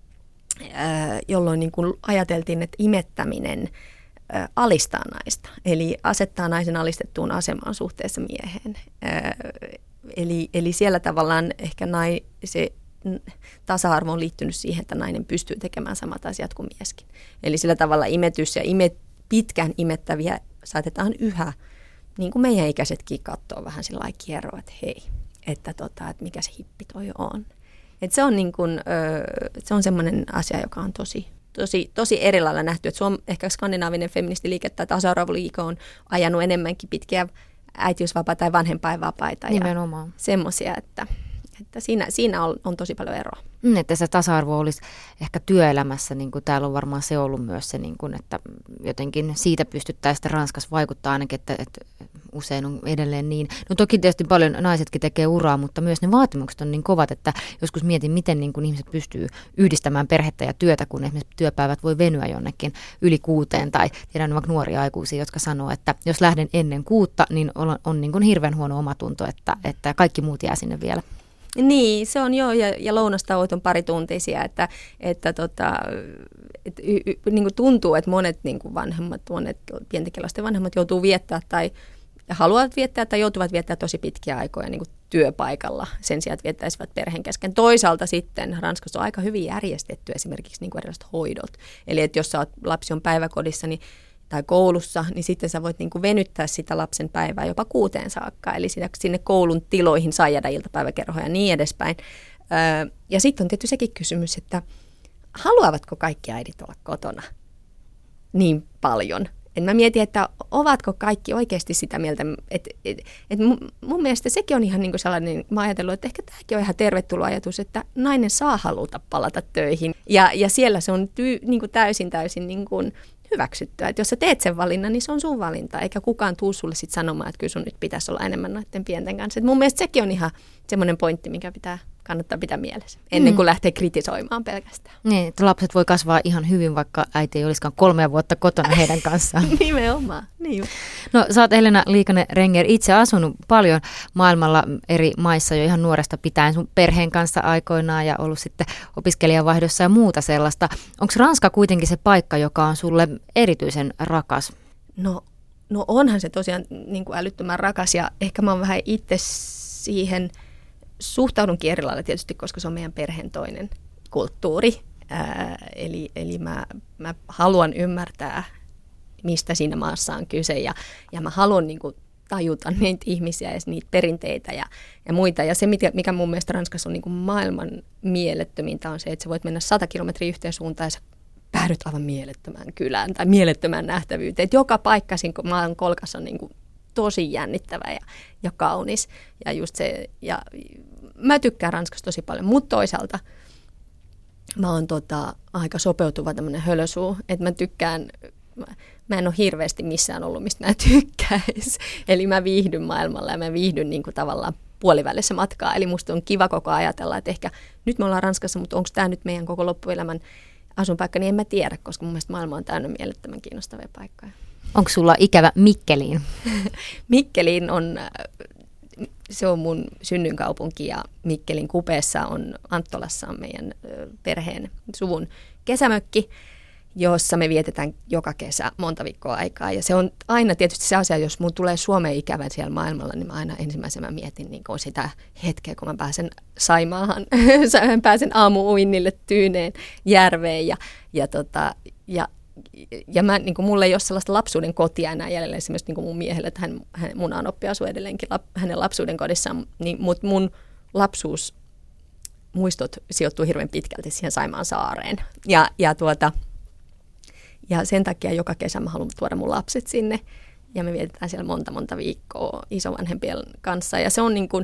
Speaker 2: jolloin niin kuin ajateltiin, että imettäminen ä, alistaa naista, eli asettaa naisen alistettuun asemaan suhteessa mieheen. Ä, eli, eli siellä tavallaan ehkä nai, se tasa-arvo on liittynyt siihen, että nainen pystyy tekemään samat asiat kuin mieskin. Eli sillä tavalla imetys ja imet, pitkään imettäviä saatetaan yhä, niin kuin meidän ikäisetkin katsoo vähän sillä lailla kierroa, että hei, että, tota, että mikä se hippi toi on. Et se on, niin kun, se on semmoinen asia, joka on tosi, tosi, tosi eri lailla nähty. Et se on ehkä skandinaavinen feministiliike tai tasa-arvoliike on ajanut enemmänkin pitkiä äitiysvapaita tai vanhempainvapaita.
Speaker 1: Nimenomaan.
Speaker 2: Ja semmoisia, että, Että siinä, siinä on, on tosi paljon eroa.
Speaker 1: Mm, että se tasa-arvo olisi ehkä työelämässä, niin kuin täällä on varmaan se ollut myös se, niin kuin, että jotenkin siitä pystyttäisiin Ranskassa vaikuttaa ainakin, että, että usein on edelleen niin. No toki tietysti paljon naisetkin tekee uraa, mutta myös ne vaatimukset on niin kovat, että joskus mietin, miten niin kuin ihmiset pystyy yhdistämään perhettä ja työtä, kun esimerkiksi työpäivät voi venyä jonnekin yli kuuteen, tai tiedän vaikka nuoria aikuisia, jotka sanoo, että jos lähden ennen kuutta, niin on, on niin kuin hirveän huono omatunto, että, että kaikki muut jää sinne vielä.
Speaker 2: Niin, se on joo, ja, ja lounastauot on parituntisia, että, että tota, et, y, y, niin kuin tuntuu, että monet niin kuin vanhemmat, monet pientenkin lasten vanhemmat joutuu viettää tai haluavat viettää tai joutuvat viettää tosi pitkiä aikoja niin kuin työpaikalla sen sijaan, että viettäisivät perheen kesken. Toisaalta sitten Ranskassa on aika hyvin järjestetty esimerkiksi niin kuin erilaiset hoidot. Eli että jos sä oot, lapsi on päiväkodissa niin, tai koulussa, niin sitten sä voit niin kuin venyttää sitä lapsen päivää jopa kuuteen saakka. Eli sinne, sinne koulun tiloihin saa jäädä iltapäiväkerhoja ja niin edespäin. Öö, ja sitten on tietysti sekin kysymys, että haluavatko kaikki äidit olla kotona niin paljon? En mä mieti, että ovatko kaikki oikeasti sitä mieltä, että et, et mun mielestä sekin on ihan niin kuin sellainen, mä ajatellut, että ehkä tämäkin on ihan tervetullut ajatus, että nainen saa haluta palata töihin. Ja, ja siellä se on ty, niin kuin täysin täysin niin kuin hyväksyttyä. Että jos sä teet sen valinnan, niin se on sun valinta, eikä kukaan tuu sulle sit sanomaan, että kyllä sun nyt pitäisi olla enemmän noiden pienten kanssa. Et mun mielestä sekin on ihan semmoinen pointti, mikä pitää kannattaa pitää mielessä, ennen kuin mm. lähtee kritisoimaan pelkästään.
Speaker 1: Niin, että lapset voi kasvaa ihan hyvin, vaikka äiti ei olisikaan kolmea vuotta kotona heidän kanssaan.
Speaker 2: Nimenomaan. Niin
Speaker 1: no sä oot Helena Liikanen-Renger itse asunut paljon maailmalla eri maissa jo ihan nuoresta pitäen sun perheen kanssa aikoinaan ja ollut sitten opiskelijavaihdossa ja muuta sellaista. Onko Ranska kuitenkin se paikka, joka on sulle erityisen rakas?
Speaker 2: No, no onhan se tosiaan niin kuin älyttömän rakas ja ehkä mä oon vähän itse siihen suhtaudunkin eri lailla tietysti, koska se on meidän perheen toinen kulttuuri. Ää, eli eli mä, mä haluan ymmärtää, mistä siinä maassa on kyse ja, ja mä haluan niin kuin tajuta niitä ihmisiä ja niitä perinteitä ja, ja muita. Ja se, mikä mun mielestä Ranskassa on niin kuin maailman mielettömintä, on se, että sä voit mennä sata kilometriä yhteen suuntaan ja sä päädyt aivan mielettömään kylään tai mielettömään nähtävyyteen. Et joka paikka siinä maan kolkassa on niin kuin tosi jännittävä ja, ja kaunis. Ja just se, ja mä tykkään Ranskasta tosi paljon, mutta toisaalta mä oon tota, aika sopeutuva tämmönen hölösuu, että mä tykkään, mä, mä en ole hirveästi missään ollut, mistä mä tykkäis. Eli mä viihdyn maailmalla ja mä viihdyn niin kuin tavallaan puolivälissä matkaa. Eli musta on kiva koko ajatella, että ehkä nyt me ollaan Ranskassa, mutta onko tämä nyt meidän koko loppuelämän asunpaikka, niin en mä tiedä, koska mun mielestä maailma on täynnä mielettömän kiinnostavia paikkoja.
Speaker 1: Onko sulla ikävä Mikkeliin?
Speaker 2: Mikkeliin on, se on mun synnynkaupunki ja Mikkelin kupeessa on, Anttolassa on meidän perheen suvun kesämökki, jossa me vietetään joka kesä monta viikkoa aikaa. Ja se on aina tietysti se asia, jos mun tulee Suomeen ikävä siellä maailmalla, niin mä aina ensimmäisenä mietin niin kuin sitä hetkeä, kun mä pääsen Saimaahan, pääsen aamu-uinnille Tyyneen järveen ja, ja, tota, ja Ja mä, niin kuin mulla ei ole sellaista lapsuuden kotia enää jäljellä esimerkiksi niin kuin mun miehelle, että hän, hän, mun anoppi asuu edelleenkin lap, hänen lapsuuden kodissaan, niin, mutta mun lapsuusmuistot sijoittuu hirveän pitkälti siihen Saimaan saareen. Ja, ja, tuota, ja sen takia joka kesä mä haluan tuoda mun lapset sinne ja me vietetään siellä monta monta viikkoa isovanhempien kanssa ja se on niin kuin,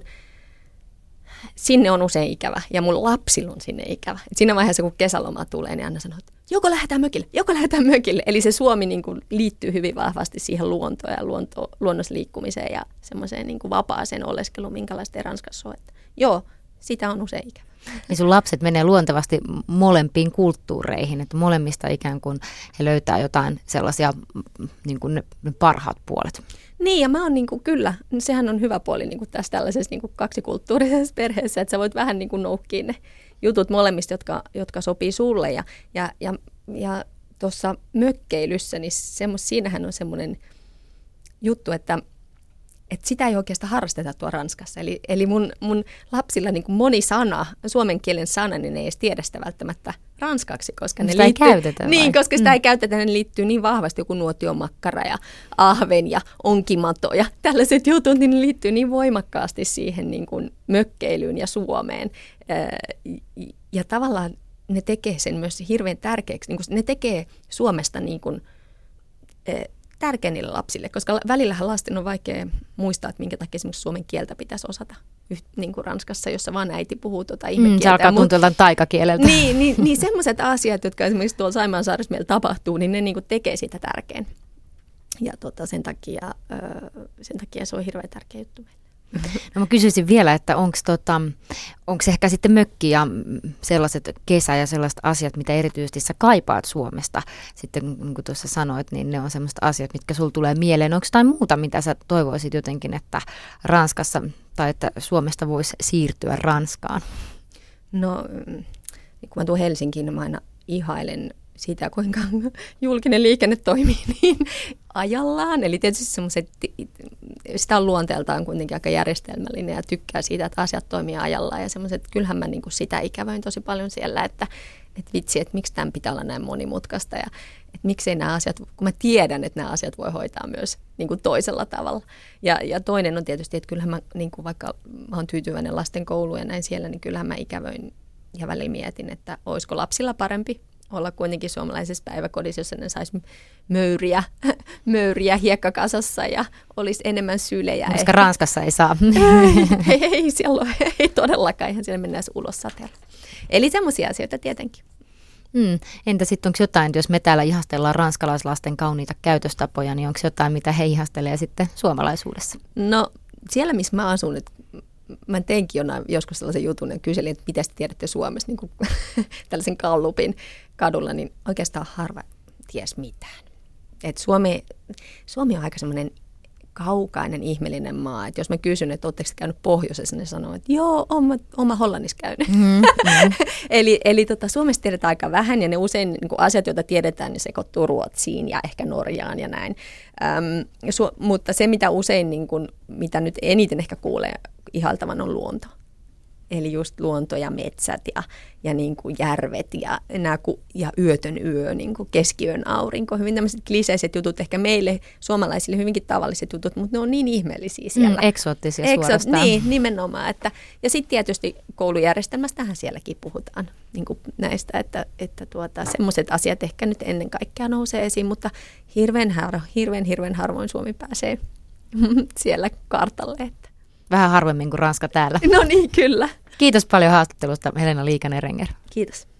Speaker 2: sinne on usein ikävä ja mun lapsilla on sinne ikävä. Et siinä vaiheessa, kun kesäloma tulee, niin aina sanoo, että joko lähdetään mökille, joko lähdetään mökille. Eli se Suomi niin kuin liittyy hyvin vahvasti siihen luontoon ja luonto, luonnosliikkumiseen ja semmoiseen niin kuin vapaaseen oleskeluun, minkälaista ei Ranskassa ole. Että joo, sitä on usein ikävä.
Speaker 1: Niin sun lapset menee luontevasti molempiin kulttuureihin, että molemmista ikään kuin he löytää jotain sellaisia niin kuin ne, ne parhaat puolet.
Speaker 2: Niin, ja mä oon niin kuin, kyllä, sehän on hyvä puoli niin kuin tässä tällaisessa niin kuin kaksikulttuurisessa perheessä, että sä voit vähän niin kuin noukkia ne jutut molemmista, jotka, jotka sopii sulle. Ja, ja, ja, ja tuossa mökkeilyssä, niin semmos, siinähän on semmoinen juttu, että, että sitä ei oikeastaan harrasteta tuo Ranskassa. Eli, eli mun, mun lapsilla niin kuin moni sana, suomen kielen sana, niin ne ei edes tiedä sitä välttämättä ranskaksi, koska ne
Speaker 1: sitä
Speaker 2: liittyy,
Speaker 1: ei käytetä.
Speaker 2: Niin,
Speaker 1: vai?
Speaker 2: koska sitä
Speaker 1: mm.
Speaker 2: ei käytetä, ne liittyy niin vahvasti joku nuotiomakkara ja ahven ja onkimato ja tällaiset jutut, niin ne liittyy niin voimakkaasti siihen niin kuin mökkeilyyn ja Suomeen. Ja tavallaan ne tekee sen myös hirveän tärkeäksi. Niin kuin ne tekee Suomesta niin kuin tärkeä niille lapsille, koska välillähän lasten on vaikea muistaa, että minkä takia esimerkiksi suomen kieltä pitäisi osata. Yht, niin kuin Ranskassa, jossa vaan äiti puhuu tuota ihmekieltä.
Speaker 1: Mm, se alkaa tuntua jotain taikakieleltä.
Speaker 2: Niin, niin, niin semmoiset asiat, jotka esimerkiksi tuolla Saimaansaaressa meillä tapahtuu, niin ne niin kuin tekee siitä tärkeän. Ja tota, sen, takia, sen takia se on hirveän tärkeä juttu meille.
Speaker 1: No mä kysyisin vielä, että onko tota, ehkä sitten mökki ja sellaiset kesä ja sellaiset asiat, mitä erityisesti sä kaipaat Suomesta, sitten niin kuin tuossa sanoit, niin ne on sellaiset asiat, mitkä sulla tulee mieleen. Onko jotain muuta, mitä sä toivoisit jotenkin, että Ranskassa tai että Suomesta voisi siirtyä Ranskaan?
Speaker 2: No, kun mä tuun Helsinkiin, niin mä aina ihailen sitä, kuinka julkinen liikenne toimii niin ajallaan. Eli tietysti semmoiset, sitä on luonteeltaan kuitenkin aika järjestelmällinen ja tykkää siitä, että asiat toimii ajallaan. Ja semmoiset, kyllähän mä niin kuin sitä ikävöin tosi paljon siellä, että, että vitsi, että miksi tämän pitää olla näin monimutkaista ja että miksei nämä asiat, kun mä tiedän, että nämä asiat voi hoitaa myös niin kuin toisella tavalla. Ja, ja toinen on tietysti, että kyllähän mä, niin kuin vaikka mä oon tyytyväinen lasten kouluun ja näin siellä, niin kyllähän mä ikävöin ja välillä mietin, että olisiko lapsilla parempi olla kuitenkin suomalaisessa päiväkodissa, jossa ne saisi möyriä, möyriä hiekkakasassa ja olisi enemmän sylejä.
Speaker 1: Koska Ranskassa ei saa.
Speaker 2: ei, ei, siellä ole, ei todellakaan, ihan siellä mennään ulos sateella. Eli semmoisia asioita tietenkin.
Speaker 1: Mm. Entä sitten onko jotain, jos me täällä ihastellaan ranskalaislasten kauniita käytöstapoja, niin onko jotain, mitä he ihastelee sitten suomalaisuudessa?
Speaker 2: No siellä, missä mä asun nyt, mä teinkin joskus sellaisen jutun ja kyselin, että mitä te tiedätte Suomessa niin kuin tällaisen Gallupin kadulla, niin oikeastaan harva ties mitään. Et Suomi, Suomi on aika semmoinen kaukainen, ihmeellinen maa. Et jos mä kysyn, että ootteko käynyt pohjoisessa, niin sanoo, että joo, oma, oma Hollannissa käynyt. Mm-hmm. eli eli tota, Suomessa tiedetään aika vähän ja ne usein niin kuin asiat, joita tiedetään, niin sekoittuu Ruotsiin ja ehkä Norjaan ja näin. Öm, su, mutta se, mitä usein, niin kuin, mitä nyt eniten ehkä kuulee ihailtavan, on luonto. Eli just luonto ja metsät ja, ja niin kuin järvet ja, nämä, ja yötön yö, niin kuin keskiyön aurinko. Hyvin tämmöiset kliseiset jutut, ehkä meille suomalaisille hyvinkin tavalliset jutut, mutta ne on niin ihmeellisiä siellä.
Speaker 1: Mm, eksoottisia Eksot, suorastaan.
Speaker 2: Niin, nimenomaan. Että, ja sitten tietysti koulujärjestelmästähän sielläkin puhutaan niin kuin näistä, että, että tuota, semmoiset asiat ehkä nyt ennen kaikkea nousee esiin, mutta hirveän, har, hirveän, hirveän harvoin Suomi pääsee siellä kartalle. Että.
Speaker 1: Vähän harvemmin kuin Ranska täällä.
Speaker 2: No niin, kyllä.
Speaker 1: Kiitos paljon haastattelusta, Helena Liikanen-Renger.
Speaker 2: Kiitos.